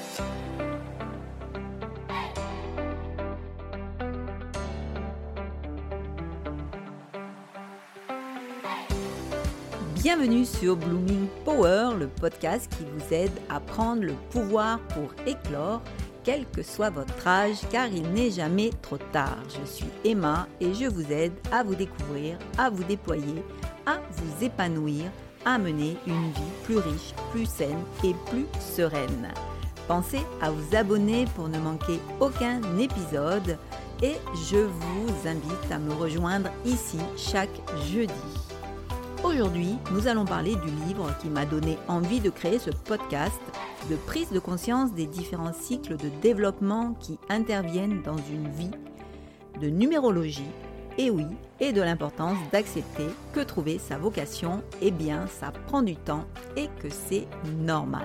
Bienvenue sur Blooming Power, le podcast qui vous aide à prendre le pouvoir pour éclore, quel que soit votre âge, car il n'est jamais trop tard. Je suis Emma et je vous aide à vous découvrir, à vous déployer, à vous épanouir, à mener une vie plus riche, plus saine et plus sereine. Pensez à vous abonner pour ne manquer aucun épisode et je vous invite à me rejoindre ici chaque jeudi. Aujourd'hui, nous allons parler du livre qui m'a donné envie de créer ce podcast de prise de conscience des différents cycles de développement qui interviennent dans une vie, de numérologie, et oui, et de l'importance d'accepter que trouver sa vocation, eh bien, ça prend du temps et que c'est normal.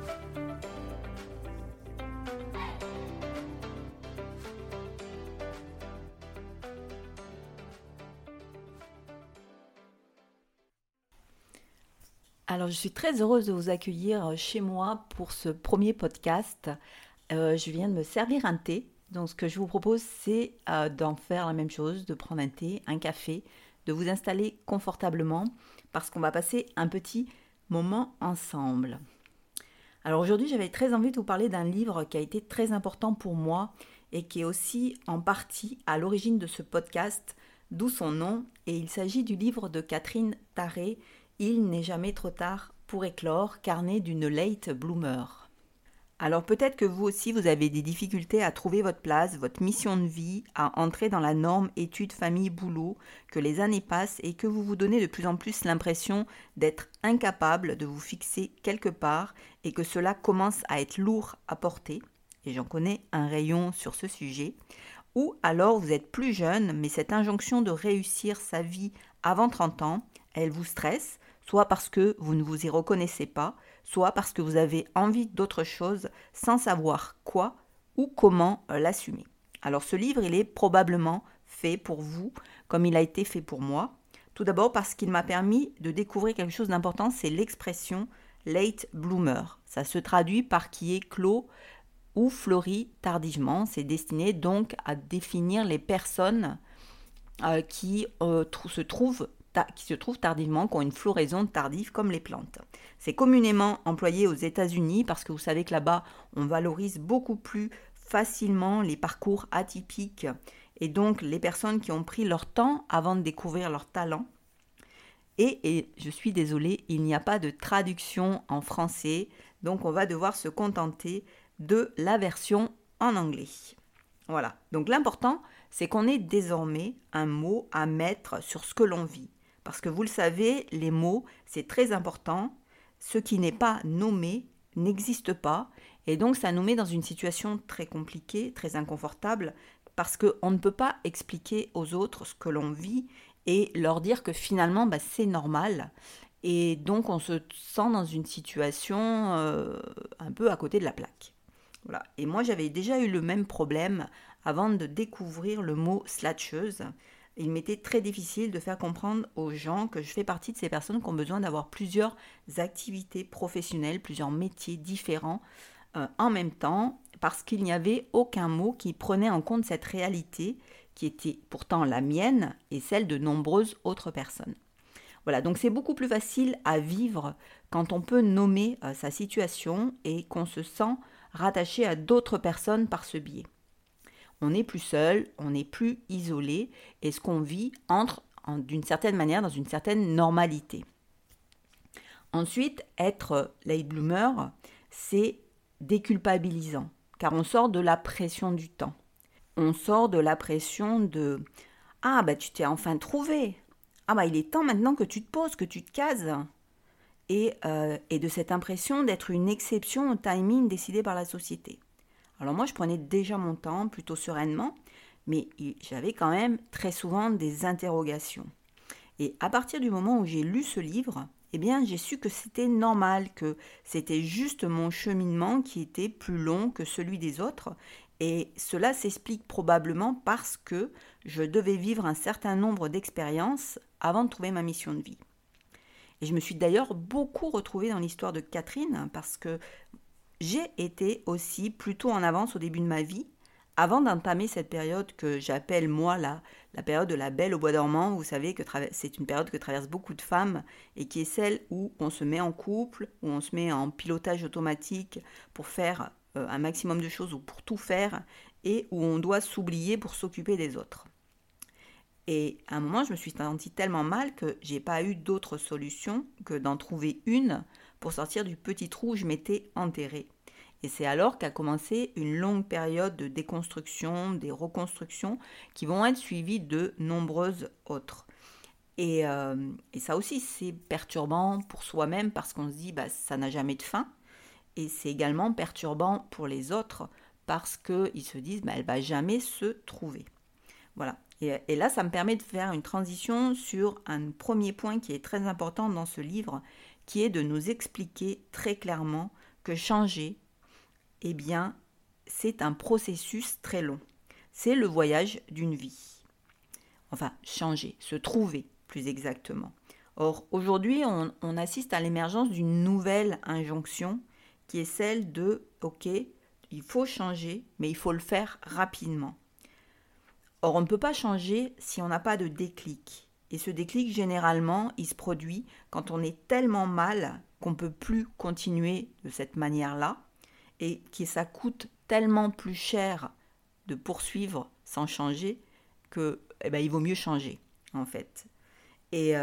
Alors, je suis très heureuse de vous accueillir chez moi pour ce premier podcast. Je viens de me servir un thé. Donc, ce que je vous propose, c'est d'en faire la même chose, de prendre un thé, un café, de vous installer confortablement parce qu'on va passer un petit moment ensemble. Alors, aujourd'hui, j'avais très envie de vous parler d'un livre qui a été très important pour moi et qui est aussi en partie à l'origine de ce podcast, d'où son nom. Et il s'agit du livre de Catherine Tarré, Il n'est jamais trop tard pour éclore, carnet d'une late bloomer. Alors peut-être que vous aussi vous avez des difficultés à trouver votre place, votre mission de vie, à entrer dans la norme études, famille, boulot, que les années passent et que vous vous donnez de plus en plus l'impression d'être incapable de vous fixer quelque part et que cela commence à être lourd à porter. Et j'en connais un rayon sur ce sujet. Ou alors vous êtes plus jeune, mais cette injonction de réussir sa vie avant 30 ans, elle vous stresse, soit parce que vous ne vous y reconnaissez pas, soit parce que vous avez envie d'autre chose sans savoir quoi ou comment l'assumer. Alors ce livre, il est probablement fait pour vous, comme il a été fait pour moi. Tout d'abord parce qu'il m'a permis de découvrir quelque chose d'important, c'est l'expression « late bloomer ». Ça se traduit par qui est clos ou fleuri tardivement. C'est destiné donc à définir les personnes qui se trouvent tardivement, qui ont une floraison tardive comme les plantes. C'est communément employé aux États-Unis parce que vous savez que là-bas, on valorise beaucoup plus facilement les parcours atypiques et donc les personnes qui ont pris leur temps avant de découvrir leur talent. Et je suis désolée, il n'y a pas de traduction en français, donc on va devoir se contenter de la version en anglais. Voilà, donc l'important, c'est qu'on ait désormais un mot à mettre sur ce que l'on vit. Parce que vous le savez, les mots, c'est très important. Ce qui n'est pas nommé n'existe pas. Et donc, ça nous met dans une situation très compliquée, très inconfortable, parce qu'on ne peut pas expliquer aux autres ce que l'on vit et leur dire que finalement, c'est normal. Et donc, on se sent dans une situation un peu à côté de la plaque. Voilà. Et moi, j'avais déjà eu le même problème avant de découvrir le mot « slatcheuse ». Il m'était très difficile de faire comprendre aux gens que je fais partie de ces personnes qui ont besoin d'avoir plusieurs activités professionnelles, plusieurs métiers différents en même temps, parce qu'il n'y avait aucun mot qui prenait en compte cette réalité qui était pourtant la mienne et celle de nombreuses autres personnes. Voilà, donc c'est beaucoup plus facile à vivre quand on peut nommer sa situation et qu'on se sent rattaché à d'autres personnes par ce biais. On n'est plus seul, on n'est plus isolé et ce qu'on vit entre d'une certaine manière dans une certaine normalité. Ensuite, être late bloomer, c'est déculpabilisant car on sort de la pression du temps. On sort de la pression de « Ah, tu t'es enfin trouvé. Ah, il est temps maintenant que tu te poses, que tu te cases. » Et de cette impression d'être une exception au timing décidé par la société. Alors moi, je prenais déjà mon temps, plutôt sereinement, mais j'avais quand même très souvent des interrogations. Et à partir du moment où j'ai lu ce livre, eh bien, j'ai su que c'était normal, que c'était juste mon cheminement qui était plus long que celui des autres. Et cela s'explique probablement parce que je devais vivre un certain nombre d'expériences avant de trouver ma mission de vie. Et je me suis d'ailleurs beaucoup retrouvée dans l'histoire de Catherine parce que j'ai été aussi plutôt en avance au début de ma vie, avant d'entamer cette période que j'appelle moi la période de la belle au bois dormant. Vous savez que c'est une période que traversent beaucoup de femmes et qui est celle où on se met en couple, où on se met en pilotage automatique pour faire un maximum de choses ou pour tout faire et où on doit s'oublier pour s'occuper des autres. Et à un moment, je me suis sentie tellement mal que j'ai pas eu d'autre solution que d'en trouver une pour sortir du petit trou où je m'étais enterrée. Et c'est alors qu'a commencé une longue période de déconstruction, des reconstructions qui vont être suivies de nombreuses autres. Et ça aussi, c'est perturbant pour soi-même parce qu'on se dit ça n'a jamais de fin. Et c'est également perturbant pour les autres parce qu'ils se disent elle ne va jamais se trouver. Voilà. Et là, ça me permet de faire une transition sur un premier point qui est très important dans ce livre, qui est de nous expliquer très clairement que changer, eh bien, c'est un processus très long. C'est le voyage d'une vie. Enfin, changer, se trouver plus exactement. Or, aujourd'hui, on assiste à l'émergence d'une nouvelle injonction qui est celle de « ok, il faut changer, mais il faut le faire rapidement ». Or, on ne peut pas changer si on n'a pas de déclic. Et ce déclic, généralement, il se produit quand on est tellement mal qu'on ne peut plus continuer de cette manière-là et que ça coûte tellement plus cher de poursuivre sans changer que il vaut mieux changer, en fait. Et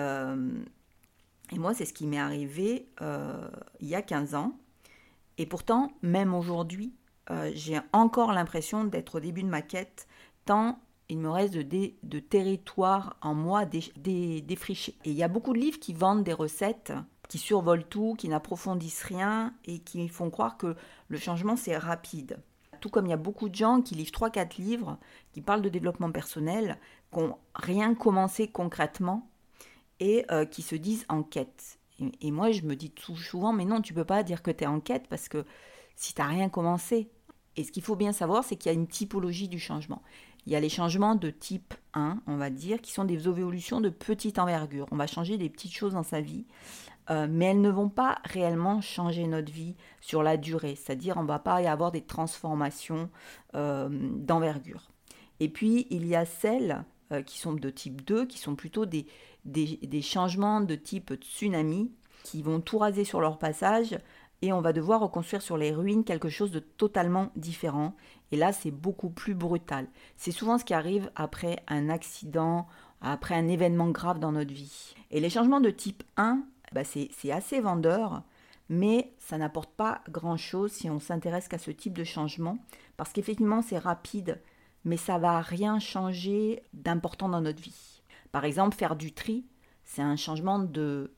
moi, c'est ce qui m'est arrivé il y a 15 ans. Et pourtant, même aujourd'hui, j'ai encore l'impression d'être au début de ma quête, tant il me reste de territoire en moi défriché. Et il y a beaucoup de livres qui vendent des recettes, qui survolent tout, qui n'approfondissent rien et qui font croire que le changement, c'est rapide. Tout comme il y a beaucoup de gens qui lisent 3-4 livres, qui parlent de développement personnel, qui n'ont rien commencé concrètement et qui se disent en quête. Et moi, je me dis tout souvent, mais non, tu ne peux pas dire que tu es en quête parce que si tu n'as rien commencé. Et ce qu'il faut bien savoir, c'est qu'il y a une typologie du changement. Il y a les changements de type 1, on va dire, qui sont des évolutions de petite envergure. On va changer des petites choses dans sa vie, mais elles ne vont pas réellement changer notre vie sur la durée. C'est-à-dire, on ne va pas y avoir des transformations d'envergure. Et puis, il y a celles qui sont de type 2, qui sont plutôt des changements de type tsunami, qui vont tout raser sur leur passage, et on va devoir reconstruire sur les ruines quelque chose de totalement différent. Et là, c'est beaucoup plus brutal. C'est souvent ce qui arrive après un accident, après un événement grave dans notre vie. Et les changements de type 1, c'est assez vendeur, mais ça n'apporte pas grand-chose si on s'intéresse qu'à ce type de changement, parce qu'effectivement, c'est rapide, mais ça ne va rien changer d'important dans notre vie. Par exemple, faire du tri, c'est un changement de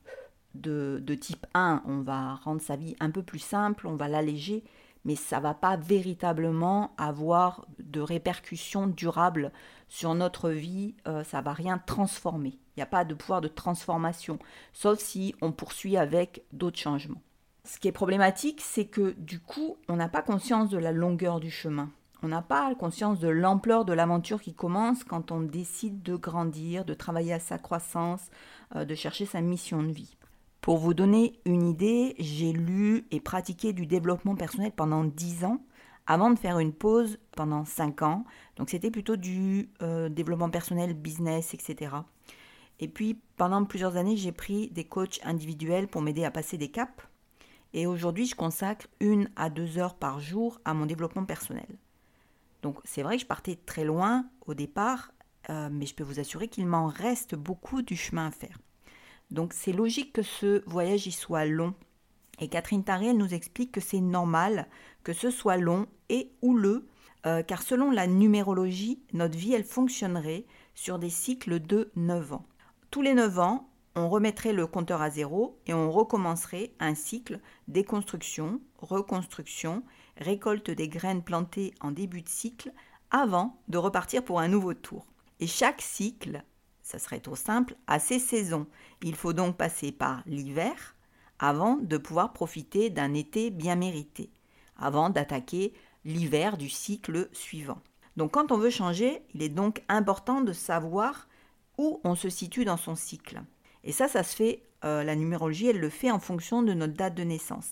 type 1, on va rendre sa vie un peu plus simple, on va l'alléger, mais ça ne va pas véritablement avoir de répercussions durables sur notre vie, ça ne va rien transformer. Il n'y a pas de pouvoir de transformation, sauf si on poursuit avec d'autres changements. Ce qui est problématique, c'est que du coup, on n'a pas conscience de la longueur du chemin. On n'a pas conscience de l'ampleur de l'aventure qui commence quand on décide de grandir, de travailler à sa croissance, de chercher sa mission de vie. Pour vous donner une idée, j'ai lu et pratiqué du développement personnel pendant 10 ans, avant de faire une pause pendant 5 ans. Donc c'était plutôt du développement personnel, business, etc. Et puis pendant plusieurs années, j'ai pris des coachs individuels pour m'aider à passer des caps. Et aujourd'hui, je consacre 1 à 2 heures par jour à mon développement personnel. Donc c'est vrai que je partais très loin au départ, mais je peux vous assurer qu'il m'en reste beaucoup du chemin à faire. Donc c'est logique que ce voyage y soit long. Et Catherine Tarré, elle nous explique que c'est normal que ce soit long et houleux, car selon la numérologie, notre vie, elle fonctionnerait sur des cycles de 9 ans. Tous les 9 ans, on remettrait le compteur à zéro et on recommencerait un cycle déconstruction, reconstruction, récolte des graines plantées en début de cycle, avant de repartir pour un nouveau tour. Et chaque cycle, ça serait trop simple, a ses saisons. Il faut donc passer par l'hiver avant de pouvoir profiter d'un été bien mérité, avant d'attaquer l'hiver du cycle suivant. Donc quand on veut changer, il est donc important de savoir où on se situe dans son cycle. Et ça se fait, la numérologie, elle le fait en fonction de notre date de naissance.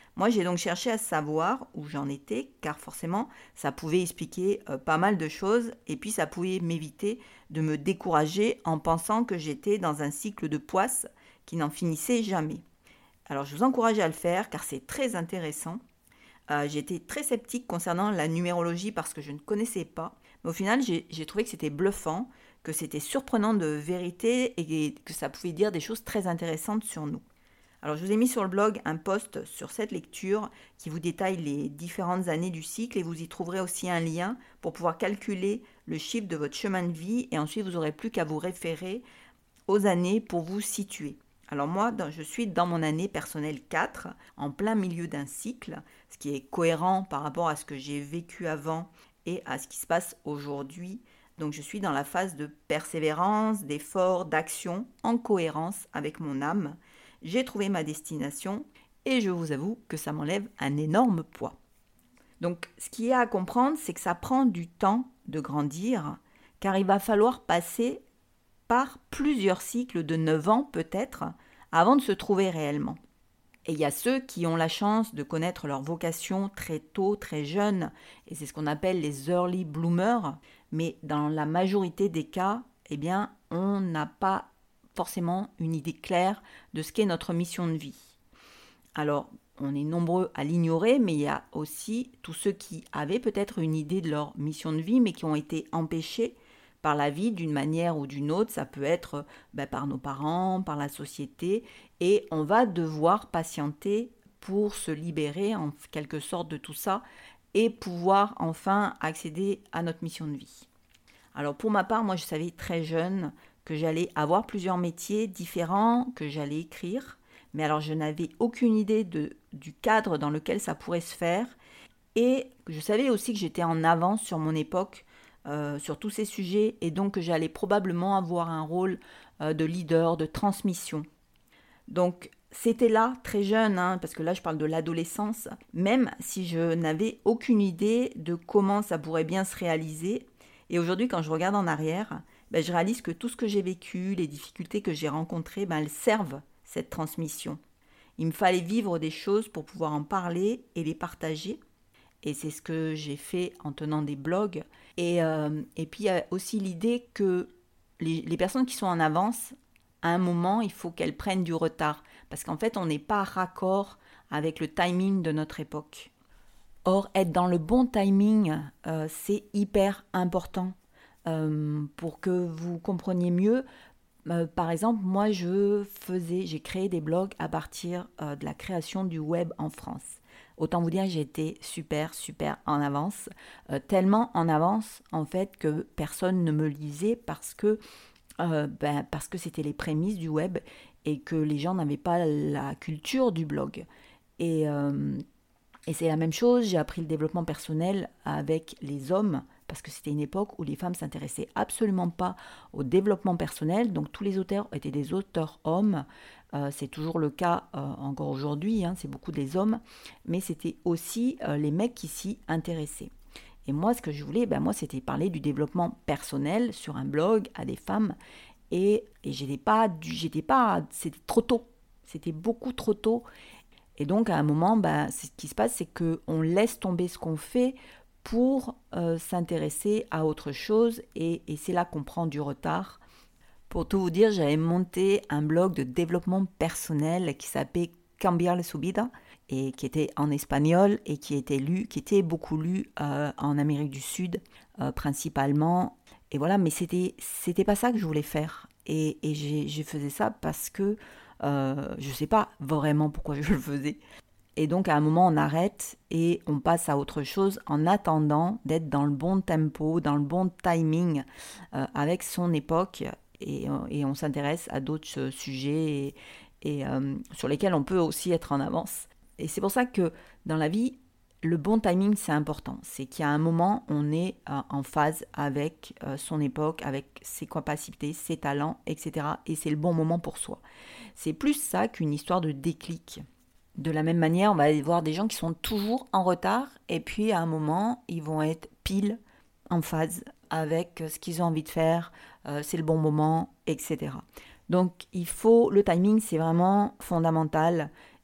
Moi, j'ai donc cherché à savoir où j'en étais, car forcément, ça pouvait expliquer pas mal de choses, et puis ça pouvait m'éviter de me décourager en pensant que j'étais dans un cycle de poisse qui n'en finissait jamais. Alors, je vous encourage à le faire, car c'est très intéressant. J'étais très sceptique concernant la numérologie parce que je ne connaissais pas, mais au final, j'ai trouvé que c'était bluffant, que c'était surprenant de vérité et que ça pouvait dire des choses très intéressantes sur nous. Alors, je vous ai mis sur le blog un post sur cette lecture qui vous détaille les différentes années du cycle et vous y trouverez aussi un lien pour pouvoir calculer le chiffre de votre chemin de vie et ensuite vous n'aurez plus qu'à vous référer aux années pour vous situer. Alors moi, je suis dans mon année personnelle 4, en plein milieu d'un cycle, ce qui est cohérent par rapport à ce que j'ai vécu avant et à ce qui se passe aujourd'hui. Donc je suis dans la phase de persévérance, d'effort, d'action, en cohérence avec mon âme. J'ai trouvé ma destination et je vous avoue que ça m'enlève un énorme poids. Donc ce qu'il y a à comprendre, c'est que ça prend du temps de grandir, car il va falloir passer par plusieurs cycles de 9 ans peut-être avant de se trouver réellement. Et il y a ceux qui ont la chance de connaître leur vocation très tôt, très jeune, et c'est ce qu'on appelle les early bloomers, mais dans la majorité des cas, eh bien, on n'a pas forcément une idée claire de ce qu'est notre mission de vie. Alors, on est nombreux à l'ignorer, mais il y a aussi tous ceux qui avaient peut-être une idée de leur mission de vie, mais qui ont été empêchés par la vie d'une manière ou d'une autre. Ça peut être par nos parents, par la société, et on va devoir patienter pour se libérer en quelque sorte de tout ça et pouvoir enfin accéder à notre mission de vie. Alors pour ma part, moi je savais très jeune que j'allais avoir plusieurs métiers différents, que j'allais écrire, mais alors je n'avais aucune idée du cadre dans lequel ça pourrait se faire, et je savais aussi que j'étais en avance sur mon époque, sur tous ces sujets, et donc que j'allais probablement avoir un rôle de leader, de transmission. Donc c'était là, très jeune, parce que là je parle de l'adolescence, même si je n'avais aucune idée de comment ça pourrait bien se réaliser. Et aujourd'hui, quand je regarde en arrière, je réalise que tout ce que j'ai vécu, les difficultés que j'ai rencontrées, elles servent cette transmission. Il me fallait vivre des choses pour pouvoir en parler et les partager. Et c'est ce que j'ai fait en tenant des blogs. Et puis il y a aussi l'idée que les personnes qui sont en avance, à un moment, il faut qu'elles prennent du retard. Parce qu'en fait, on n'est pas raccord avec le timing de notre époque. Or, être dans le bon timing, c'est hyper important. Pour que vous compreniez mieux, par exemple, moi, j'ai créé des blogs à partir de la création du web en France. Autant vous dire que j'étais super en avance, tellement en avance en fait que personne ne me lisait parce que c'était les prémices du web et que les gens n'avaient pas la culture du blog. Et c'est la même chose, j'ai appris le développement personnel avec les hommes, parce que c'était une époque où les femmes s'intéressaient absolument pas au développement personnel, donc tous les auteurs étaient des auteurs hommes, c'est toujours le cas encore aujourd'hui, c'est beaucoup des hommes, mais c'était aussi les mecs qui s'y intéressaient. Et moi, ce que je voulais, c'était parler du développement personnel sur un blog à des femmes, et j'étais pas, c'était trop tôt, c'était beaucoup trop tôt. Et donc, à un moment, ce qui se passe, c'est qu'on laisse tomber ce qu'on fait pour s'intéresser à autre chose. Et c'est là qu'on prend du retard. Pour tout vous dire, j'avais monté un blog de développement personnel qui s'appelait Cambiar su vida et qui était en espagnol et qui était beaucoup lu en Amérique du Sud principalement. Et voilà, mais c'était pas ça que je voulais faire. Et je faisais ça parce que je ne sais pas vraiment pourquoi je le faisais. Et donc à un moment on arrête et on passe à autre chose en attendant d'être dans le bon tempo, dans le bon timing avec son époque et on s'intéresse à d'autres sujets et sur lesquels on peut aussi être en avance. Et c'est pour ça que dans la vie, le bon timing c'est important. C'est qu'il y a un moment on est en phase avec son époque, avec ses capacités, ses talents, etc. Et c'est le bon moment pour soi. C'est plus ça qu'une histoire de déclic. De la même manière, on va aller voir des gens qui sont toujours en retard et puis à un moment, ils vont être pile en phase avec ce qu'ils ont envie de faire, c'est le bon moment, etc. Donc, le timing, c'est vraiment fondamental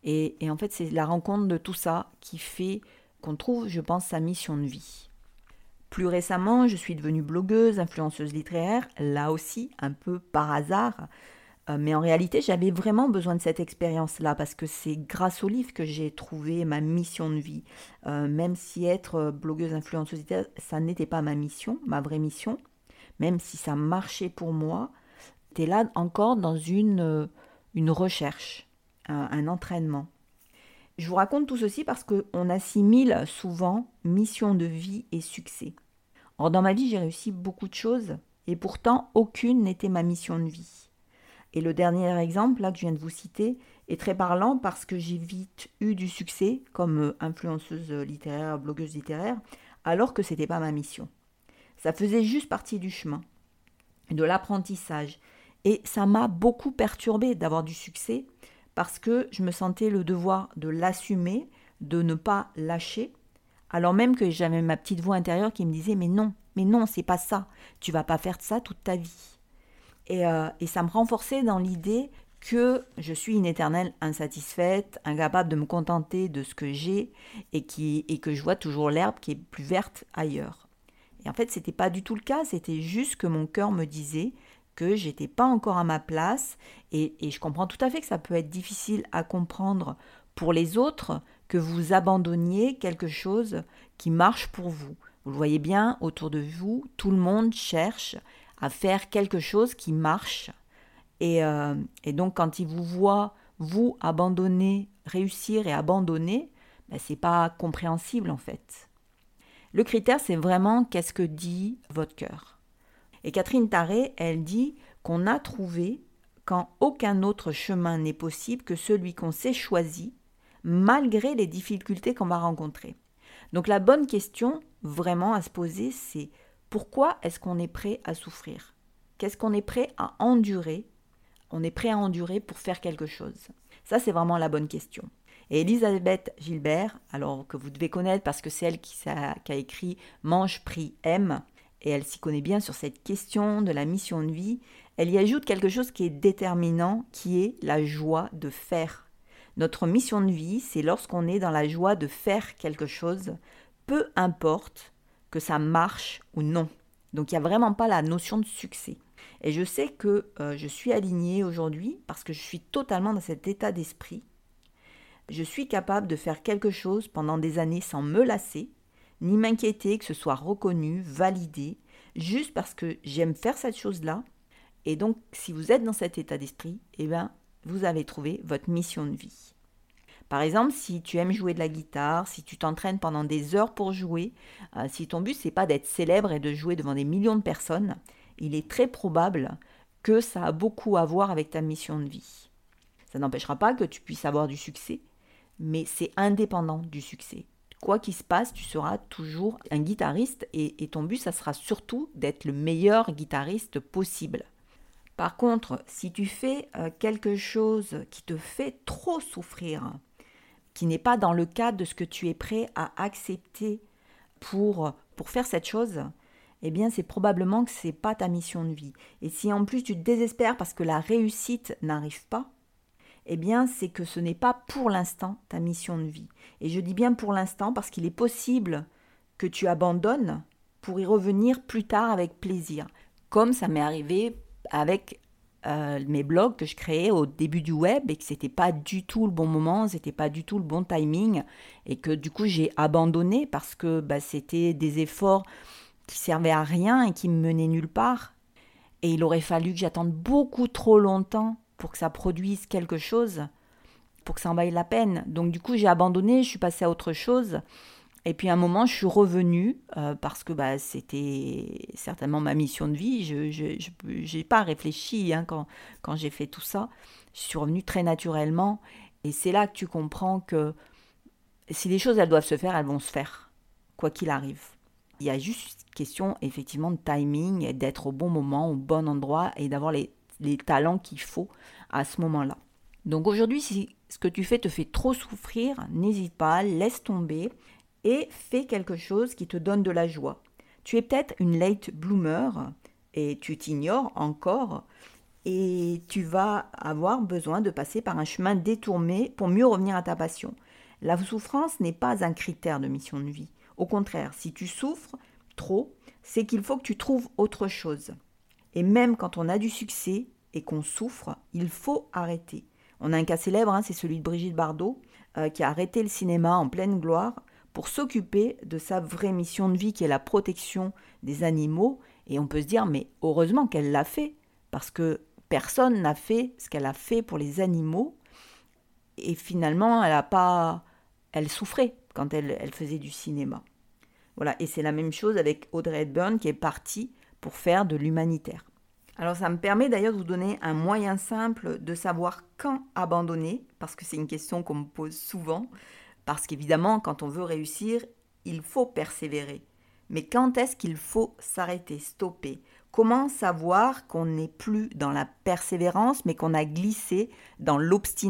Et en fait, c'est la rencontre de tout ça qui fait qu'on trouve, je pense, sa mission de vie. Plus récemment, je suis devenue blogueuse, influenceuse littéraire, là aussi, un peu par hasard. Mais en réalité, j'avais vraiment besoin de cette expérience-là parce que c'est grâce au livre que j'ai trouvé ma mission de vie. Même si être blogueuse, influenceuse littéraire, ça n'était pas ma mission, ma vraie mission, même si ça marchait pour moi, j'étais là encore dans une recherche, un entraînement. Je vous raconte tout ceci parce qu'on assimile souvent mission de vie et succès. Or, dans ma vie, j'ai réussi beaucoup de choses et pourtant, aucune n'était ma mission de vie. Et le dernier exemple là que je viens de vous citer est très parlant parce que j'ai vite eu du succès comme influenceuse littéraire, blogueuse littéraire, alors que ce n'était pas ma mission. Ça faisait juste partie du chemin, de l'apprentissage. Et ça m'a beaucoup perturbée d'avoir du succès parce que je me sentais le devoir de l'assumer, de ne pas lâcher, alors même que j'avais ma petite voix intérieure qui me disait mais non, c'est pas ça, tu vas pas faire ça toute ta vie. Et ça me renforçait dans l'idée que je suis une éternelle insatisfaite, incapable de me contenter de ce que j'ai et que je vois toujours l'herbe qui est plus verte ailleurs. Et en fait, c'était pas du tout le cas, c'était juste que mon cœur me disait que j'étais pas encore à ma place et je comprends tout à fait que ça peut être difficile à comprendre pour les autres que vous abandonniez quelque chose qui marche pour vous. Vous le voyez bien, autour de vous, tout le monde cherche à faire quelque chose qui marche. Et donc, quand il vous voit, vous, abandonner, réussir et abandonner, ben, c'est pas compréhensible en fait. Le critère, c'est vraiment qu'est-ce que dit votre cœur. Et Catherine Tarré, elle dit qu'on a trouvé quand aucun autre chemin n'est possible que celui qu'on s'est choisi, malgré les difficultés qu'on va rencontrer. Donc la bonne question vraiment à se poser, c'est pourquoi est-ce qu'on est prêt à souffrir? Qu'est-ce qu'on est prêt à endurer? On est prêt à endurer pour faire quelque chose. Ça, c'est vraiment la bonne question. Et Elisabeth Gilbert, alors que vous devez connaître parce que c'est elle qui a écrit Mange, prie, aime, et elle s'y connaît bien sur cette question de la mission de vie, elle y ajoute quelque chose qui est déterminant, qui est la joie de faire. Notre mission de vie, c'est lorsqu'on est dans la joie de faire quelque chose, peu importe que ça marche ou non. Donc il n'y a vraiment pas la notion de succès. Et je sais que je suis alignée aujourd'hui parce que je suis totalement dans cet état d'esprit. Je suis capable de faire quelque chose pendant des années sans me lasser, ni m'inquiéter que ce soit reconnu, validé, juste parce que j'aime faire cette chose-là. Et donc, si vous êtes dans cet état d'esprit, eh bien, vous avez trouvé votre mission de vie. Par exemple, si tu aimes jouer de la guitare, si tu t'entraînes pendant des heures pour jouer, si ton but, c'est pas d'être célèbre et de jouer devant des millions de personnes, il est très probable que ça a beaucoup à voir avec ta mission de vie. Ça n'empêchera pas que tu puisses avoir du succès, mais c'est indépendant du succès. Quoi qu'il se passe, tu seras toujours un guitariste et ton but, ça sera surtout d'être le meilleur guitariste possible. Par contre, si tu fais quelque chose qui te fait trop souffrir, qui n'est pas dans le cadre de ce que tu es prêt à accepter pour faire cette chose, eh bien c'est probablement que ce n'est pas ta mission de vie. Et si en plus tu te désespères parce que la réussite n'arrive pas, eh bien c'est que ce n'est pas pour l'instant ta mission de vie. Et je dis bien pour l'instant parce qu'il est possible que tu abandonnes pour y revenir plus tard avec plaisir. Comme ça m'est arrivé avec mes blogs que je créais au début du web et que c'était pas du tout le bon moment, c'était pas du tout le bon timing et que du coup j'ai abandonné parce que c'était des efforts qui servaient à rien et qui me menaient nulle part. Et il aurait fallu que j'attende beaucoup trop longtemps pour que ça produise quelque chose, pour que ça en vaille la peine. Donc du coup j'ai abandonné, je suis passée à autre chose. Et puis à un moment, je suis revenue parce que c'était certainement ma mission de vie. Je n'ai pas réfléchi quand j'ai fait tout ça. Je suis revenue très naturellement. Et c'est là que tu comprends que si les choses elles doivent se faire, elles vont se faire, quoi qu'il arrive. Il y a juste une question effectivement de timing, et d'être au bon moment, au bon endroit et d'avoir les talents qu'il faut à ce moment-là. Donc aujourd'hui, si ce que tu fais te fait trop souffrir, n'hésite pas, laisse tomber. Et fais quelque chose qui te donne de la joie. Tu es peut-être une late bloomer et tu t'ignores encore, et tu vas avoir besoin de passer par un chemin détourné pour mieux revenir à ta passion. La souffrance n'est pas un critère de mission de vie. Au contraire, si tu souffres trop, c'est qu'il faut que tu trouves autre chose. Et même quand on a du succès et qu'on souffre, il faut arrêter. On a un cas célèbre, c'est celui de Brigitte Bardot, qui a arrêté le cinéma en pleine gloire pour s'occuper de sa vraie mission de vie, qui est la protection des animaux. Et on peut se dire, mais heureusement qu'elle l'a fait, parce que personne n'a fait ce qu'elle a fait pour les animaux. Et finalement, elle souffrait quand elle faisait du cinéma. Voilà, et c'est la même chose avec Audrey Hepburn qui est partie pour faire de l'humanitaire. Alors ça me permet d'ailleurs de vous donner un moyen simple de savoir quand abandonner, parce que c'est une question qu'on me pose souvent, parce qu'évidemment, quand on veut réussir, il faut persévérer. Mais quand est-ce qu'il faut s'arrêter, stopper ? Comment savoir qu'on n'est plus dans la persévérance, mais qu'on a glissé dans l'obstination ?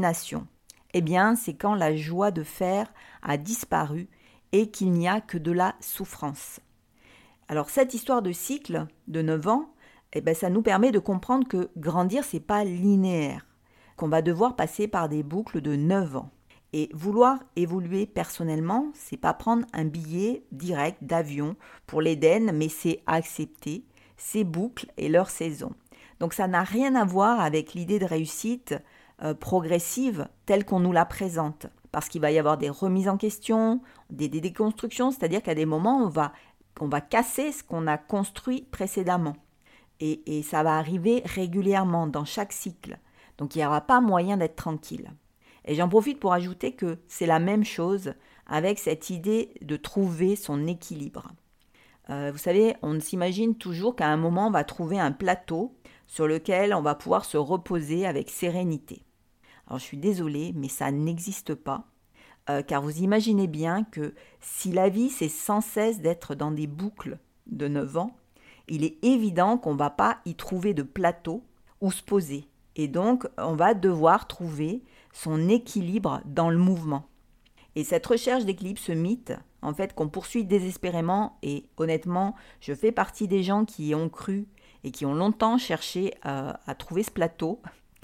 Eh bien, c'est quand la joie de faire a disparu et qu'il n'y a que de la souffrance. Alors cette histoire de cycle de 9 ans, ça nous permet de comprendre que grandir, c'est pas linéaire, qu'on va devoir passer par des boucles de 9 ans. Et vouloir évoluer personnellement, c'est pas prendre un billet direct d'avion pour l'Éden, mais c'est accepter ces boucles et leurs saisons. Donc ça n'a rien à voir avec l'idée de réussite progressive telle qu'on nous la présente. Parce qu'il va y avoir des remises en question, des déconstructions, c'est-à-dire qu'à des moments, on va casser ce qu'on a construit précédemment. Et ça va arriver régulièrement dans chaque cycle. Donc il n'y aura pas moyen d'être tranquille. Et j'en profite pour ajouter que c'est la même chose avec cette idée de trouver son équilibre. Vous savez, on s'imagine toujours qu'à un moment, on va trouver un plateau sur lequel on va pouvoir se reposer avec sérénité. Alors je suis désolée, mais ça n'existe pas. Car vous imaginez bien que si la vie, c'est sans cesse d'être dans des boucles de 9 ans, il est évident qu'on ne va pas y trouver de plateau où se poser. Et donc, on va devoir trouver son équilibre dans le mouvement. Et cette recherche d'équilibre, ce mythe, en fait, qu'on poursuit désespérément, et honnêtement, je fais partie des gens qui y ont cru et qui ont longtemps cherché à trouver ce plateau,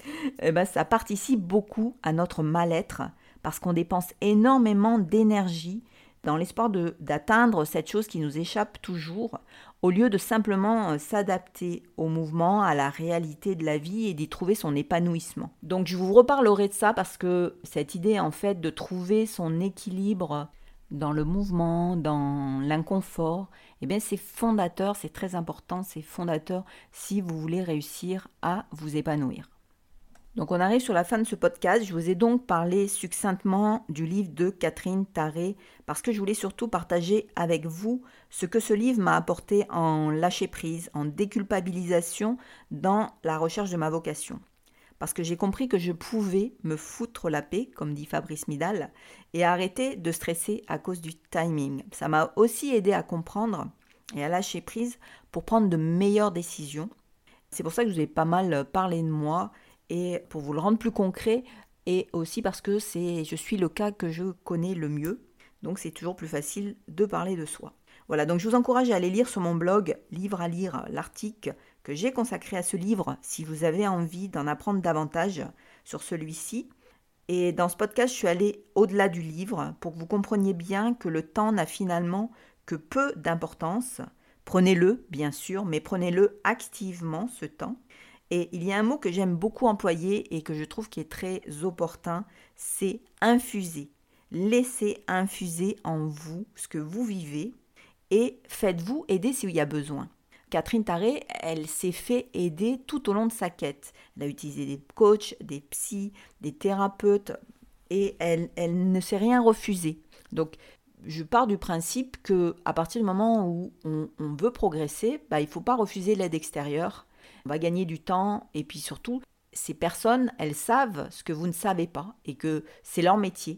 ça participe beaucoup à notre mal-être, parce qu'on dépense énormément d'énergie dans l'espoir d'atteindre cette chose qui nous échappe toujours, au lieu de simplement s'adapter au mouvement, à la réalité de la vie et d'y trouver son épanouissement. Donc je vous reparlerai de ça parce que cette idée en fait de trouver son équilibre dans le mouvement, dans l'inconfort, c'est fondateur, c'est très important, c'est fondateur si vous voulez réussir à vous épanouir. Donc on arrive sur la fin de ce podcast. Je vous ai donc parlé succinctement du livre de Catherine Tarré parce que je voulais surtout partager avec vous ce que ce livre m'a apporté en lâcher-prise, en déculpabilisation dans la recherche de ma vocation. Parce que j'ai compris que je pouvais me foutre la paix, comme dit Fabrice Midal, et arrêter de stresser à cause du timing. Ça m'a aussi aidé à comprendre et à lâcher prise pour prendre de meilleures décisions. C'est pour ça que je vous ai pas mal parlé de moi, et pour vous le rendre plus concret, et aussi parce que je suis le cas que je connais le mieux, donc c'est toujours plus facile de parler de soi. Voilà, donc je vous encourage à aller lire sur mon blog Livre à lire l'article que j'ai consacré à ce livre si vous avez envie d'en apprendre davantage sur celui-ci. Et dans ce podcast, je suis allée au-delà du livre pour que vous compreniez bien que le temps n'a finalement que peu d'importance. Prenez-le, bien sûr, mais prenez-le activement, ce temps. Et il y a un mot que j'aime beaucoup employer et que je trouve qui est très opportun, c'est infuser. Laissez infuser en vous ce que vous vivez et faites-vous aider s'il y a besoin. Catherine Tarré, elle s'est fait aider tout au long de sa quête. Elle a utilisé des coachs, des psys, des thérapeutes et elle ne s'est rien refusé. Donc, je pars du principe qu'à partir du moment où on veut progresser, il ne faut pas refuser l'aide extérieure. On va gagner du temps et puis surtout, ces personnes, elles savent ce que vous ne savez pas et que c'est leur métier.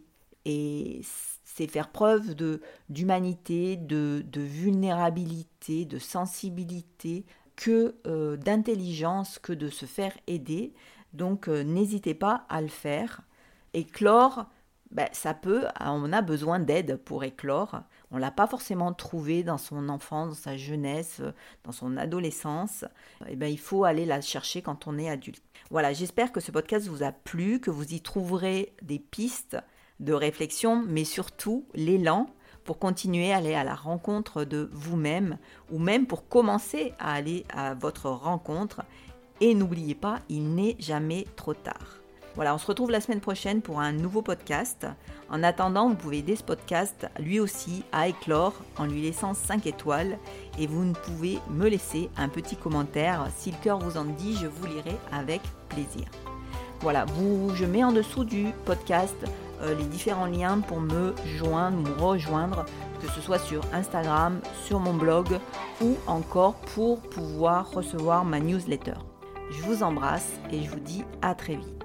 Et c'est faire preuve d'humanité, de vulnérabilité, de sensibilité, que d'intelligence, que de se faire aider. Donc n'hésitez pas à le faire. Et clore on a besoin d'aide pour éclore. On ne l'a pas forcément trouvé dans son enfance, dans sa jeunesse, dans son adolescence. Il faut aller la chercher quand on est adulte. Voilà, j'espère que ce podcast vous a plu, que vous y trouverez des pistes de réflexion, mais surtout l'élan pour continuer à aller à la rencontre de vous-même, ou même pour commencer à aller à votre rencontre. Et n'oubliez pas, il n'est jamais trop tard. Voilà, on se retrouve la semaine prochaine pour un nouveau podcast. En attendant, vous pouvez aider ce podcast, lui aussi, à éclore en lui laissant 5 étoiles. Et vous pouvez me laisser un petit commentaire. Si le cœur vous en dit, je vous lirai avec plaisir. Voilà, je mets en dessous du podcast les différents liens pour me rejoindre, que ce soit sur Instagram, sur mon blog ou encore pour pouvoir recevoir ma newsletter. Je vous embrasse et je vous dis à très vite.